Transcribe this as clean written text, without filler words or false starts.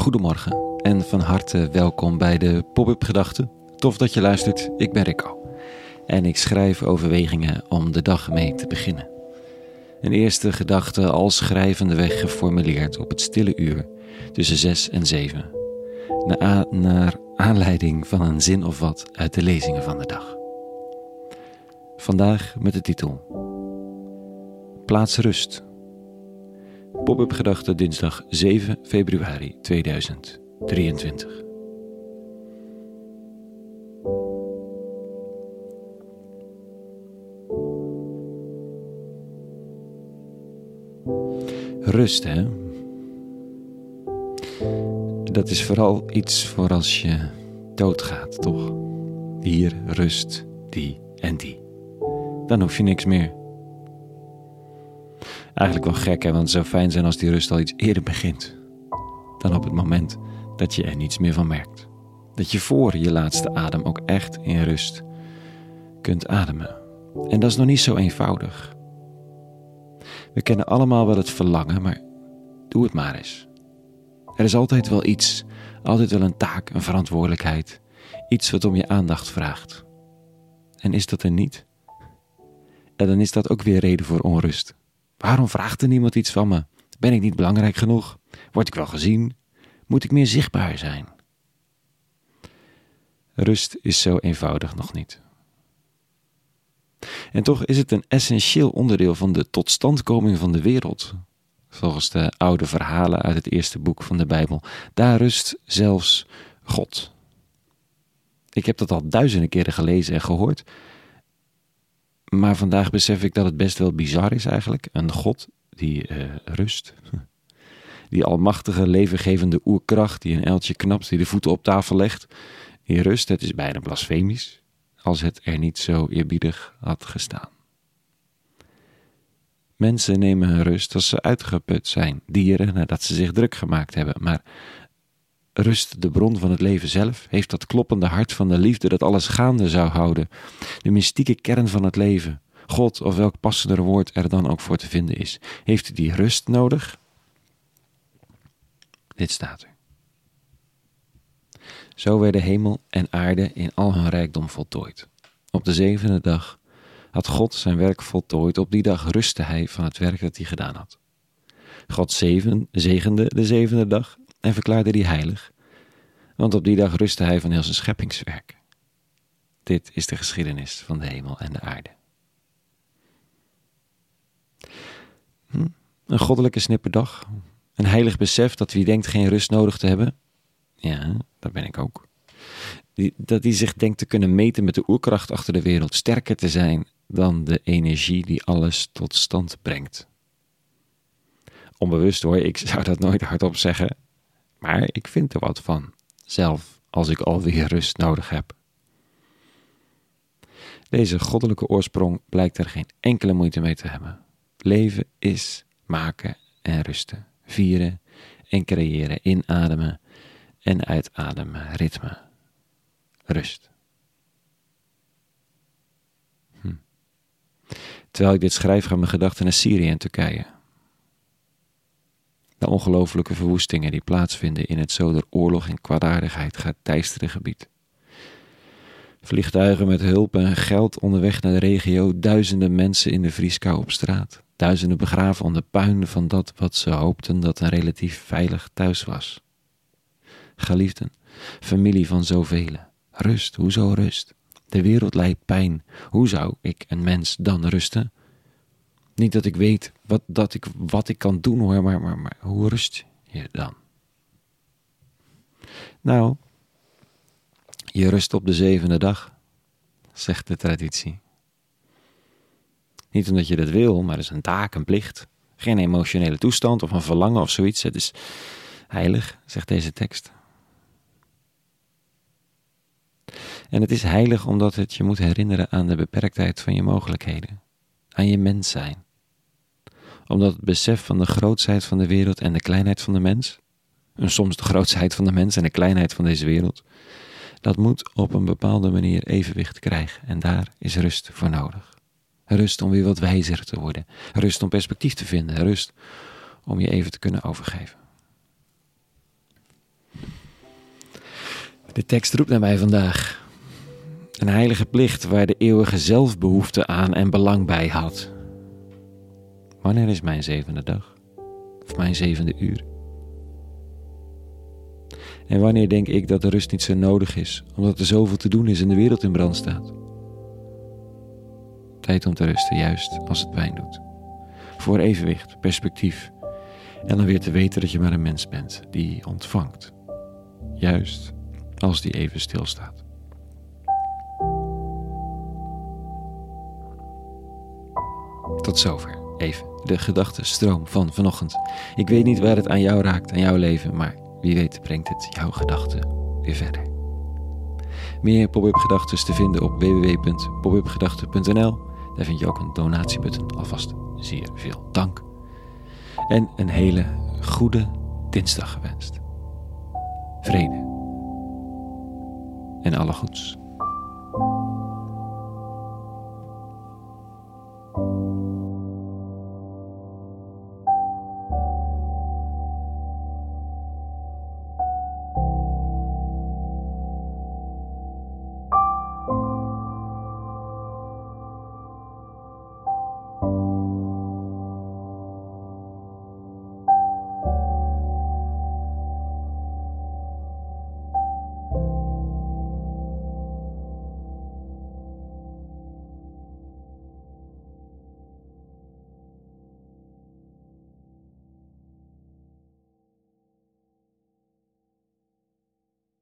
Goedemorgen en van harte welkom bij de Pop-up Gedachten. Tof dat je luistert, ik ben Rico. En ik schrijf overwegingen om de dag mee te beginnen. Een eerste gedachte al schrijvende weg geformuleerd op het stille uur tussen 6 en 7. Naar aanleiding van een zin of wat uit de lezingen van de dag. Vandaag met de titel Plaats rust. Pop-up Gedachten dinsdag 7 februari 2023. Rust, hè? Dat is vooral iets voor als je doodgaat, toch? Hier rust die en die. Dan hoef je niks meer. Eigenlijk wel gek, hè? Want het zou fijn zijn als die rust al iets eerder begint dan op het moment dat je er niets meer van merkt. Dat je voor je laatste adem ook echt in rust kunt ademen. En dat is nog niet zo eenvoudig. We kennen allemaal wel het verlangen, maar doe het maar eens. Er is altijd wel iets, altijd wel een taak, een verantwoordelijkheid, iets wat om je aandacht vraagt. En is dat er niet? En dan is dat ook weer reden voor onrust. Waarom vraagt er niemand iets van me? Ben ik niet belangrijk genoeg? Word ik wel gezien? Moet ik meer zichtbaar zijn? Rust is zo eenvoudig nog niet. En toch is het een essentieel onderdeel van de totstandkoming van de wereld. Volgens de oude verhalen uit het eerste boek van de Bijbel. Daar rust zelfs God. Ik heb dat al duizenden keren gelezen en gehoord. Maar vandaag besef ik dat het best wel bizar is eigenlijk. Een God die rust. Die almachtige, levengevende oerkracht die een uiltje knapt, die de voeten op tafel legt. Die rust, het is bijna blasfemisch. Als het er niet zo eerbiedig had gestaan. Mensen nemen hun rust als ze uitgeput zijn. Dieren nadat ze zich druk gemaakt hebben. Maar rust, de bron van het leven zelf, heeft dat kloppende hart van de liefde dat alles gaande zou houden. De mystieke kern van het leven. God, of welk passender woord er dan ook voor te vinden is. Heeft die rust nodig? Dit staat er. Zo werden hemel en aarde in al hun rijkdom voltooid. Op de 7e dag had God zijn werk voltooid. Op die dag rustte hij van het werk dat hij gedaan had. God zegende de 7e dag en verklaarde die heilig. Want op die dag rustte hij van heel zijn scheppingswerk. Dit is de geschiedenis van de hemel en de aarde. Een goddelijke snipperdag. Een heilig besef dat wie denkt geen rust nodig te hebben. Ja, dat ben ik ook. Dat hij zich denkt te kunnen meten met de oerkracht achter de wereld. Sterker te zijn dan de energie die alles tot stand brengt. Onbewust hoor, ik zou dat nooit hardop zeggen. Maar ik vind er wat van. Zelf als ik alweer rust nodig heb. Deze goddelijke oorsprong blijkt er geen enkele moeite mee te hebben. Leven is maken en rusten. Vieren en creëren. Inademen en uitademen. Ritme. Rust. Terwijl ik dit schrijf gaan mijn gedachten naar Syrië en Turkije. De ongelooflijke verwoestingen die plaatsvinden in het zo door oorlog en kwaadaardigheid geteisterde gebied. Vliegtuigen met hulp en geld onderweg naar de regio, duizenden mensen in de vrieskou op straat, duizenden begraven onder puin van dat wat ze hoopten dat een relatief veilig thuis was. Geliefden, familie van zoveel. Rust, hoezo rust? De wereld lijdt pijn. Hoe zou ik, een mens, dan rusten? Niet dat ik weet wat ik kan doen hoor, maar hoe rust je dan? Nou, je rust op de 7e dag, zegt de traditie. Niet omdat je dat wil, maar het is een taak, een plicht. Geen emotionele toestand of een verlangen of zoiets. Het is heilig, zegt deze tekst. En het is heilig omdat het je moet herinneren aan de beperktheid van je mogelijkheden. Aan je mens zijn. Omdat het besef van de grootsheid van de wereld en de kleinheid van de mens, en soms de grootsheid van de mens en de kleinheid van deze wereld, dat moet op een bepaalde manier evenwicht krijgen. En daar is rust voor nodig. Rust om weer wat wijzer te worden. Rust om perspectief te vinden. Rust om je even te kunnen overgeven. De tekst roept naar mij vandaag. Een heilige plicht waar de eeuwige zelf behoefte aan en belang bij had. Wanneer is mijn 7e dag? Of mijn 7e uur? En wanneer denk ik dat de rust niet zo nodig is, omdat er zoveel te doen is en de wereld in brand staat? Tijd om te rusten, juist als het pijn doet. Voor evenwicht, perspectief. En dan weer te weten dat je maar een mens bent die ontvangt. Juist als die even stilstaat. Tot zover even de gedachtenstroom van vanochtend. Ik weet niet waar het aan jou raakt, aan jouw leven, maar wie weet brengt het jouw gedachten weer verder. Meer pop-up gedachten te vinden op www.popupgedachten.nl. Daar vind je ook een donatiebutton. Alvast zeer veel dank. En een hele goede dinsdag gewenst. Vrede. En alle goeds.